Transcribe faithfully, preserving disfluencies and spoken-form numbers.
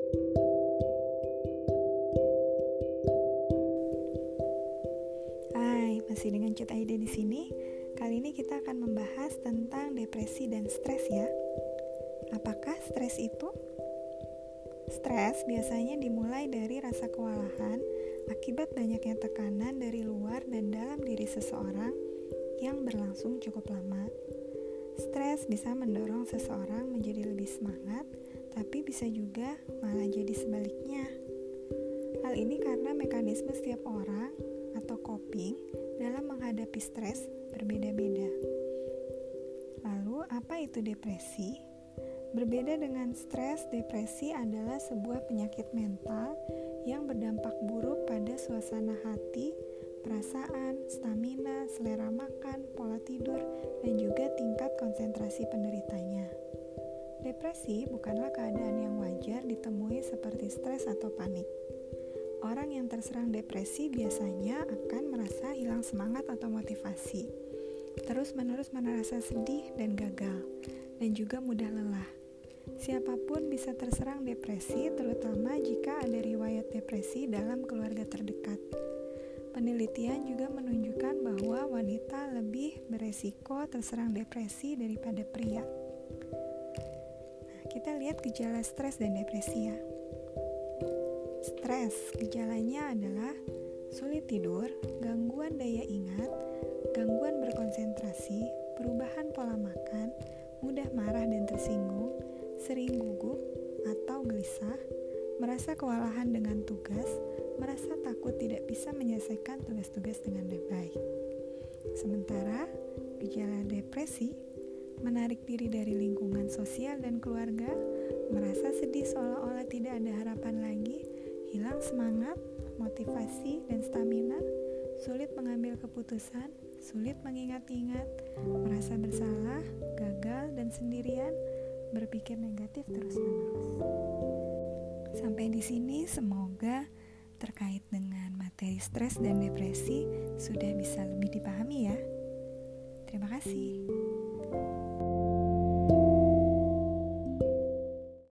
Hai, masih dengan Cut Aida di sini. Kali ini kita akan membahas tentang depresi dan stres ya. Apakah stres itu? Stres biasanya dimulai dari rasa kewalahan akibat banyaknya tekanan dari luar dan dalam diri seseorang yang berlangsung cukup lama. Stres bisa mendorong seseorang menjadi lebih semangat, tapi bisa juga malah jadi sebaliknya. Hal ini karena mekanisme setiap orang atau coping dalam menghadapi stres berbeda-beda. Lalu, apa itu depresi? Berbeda dengan stres, depresi adalah sebuah penyakit mental yang berdampak buruk pada suasana hati, perasaan, stamina, selera makan, pola tidur, dan juga tingkat konsentrasi penderitanya. Depresi bukanlah keadaan yang wajar ditemui seperti stres atau panik. Orang yang terserang depresi biasanya akan merasa hilang semangat atau motivasi, terus-menerus merasa sedih dan gagal, dan juga mudah lelah. Siapapun bisa terserang depresi, terutama jika ada riwayat depresi dalam keluarga terdekat. Penelitian juga menunjukkan bahwa wanita lebih beresiko terserang depresi daripada pria. Nah, kita lihat gejala stres dan depresi ya. Stres, gejalanya adalah sulit tidur, gangguan daya ingat, gangguan berkonsentrasi, perubahan pola makan, mudah marah dan tersinggung, sering gugup atau gelisah, merasa kewalahan dengan tugas, merasa takut tidak bisa menyelesaikan tugas-tugas dengan baik. Sementara, gejala depresi, menarik diri dari lingkungan sosial dan keluarga, merasa sedih seolah-olah tidak ada harapan lagi, hilang semangat, motivasi, dan stamina, sulit mengambil keputusan, sulit mengingat-ingat, merasa bersalah, gagal, dan sendirian, berpikir negatif terus-menerus. Sampai di sini semoga terkait dengan materi stres dan depresi sudah bisa lebih dipahami ya. Terima kasih.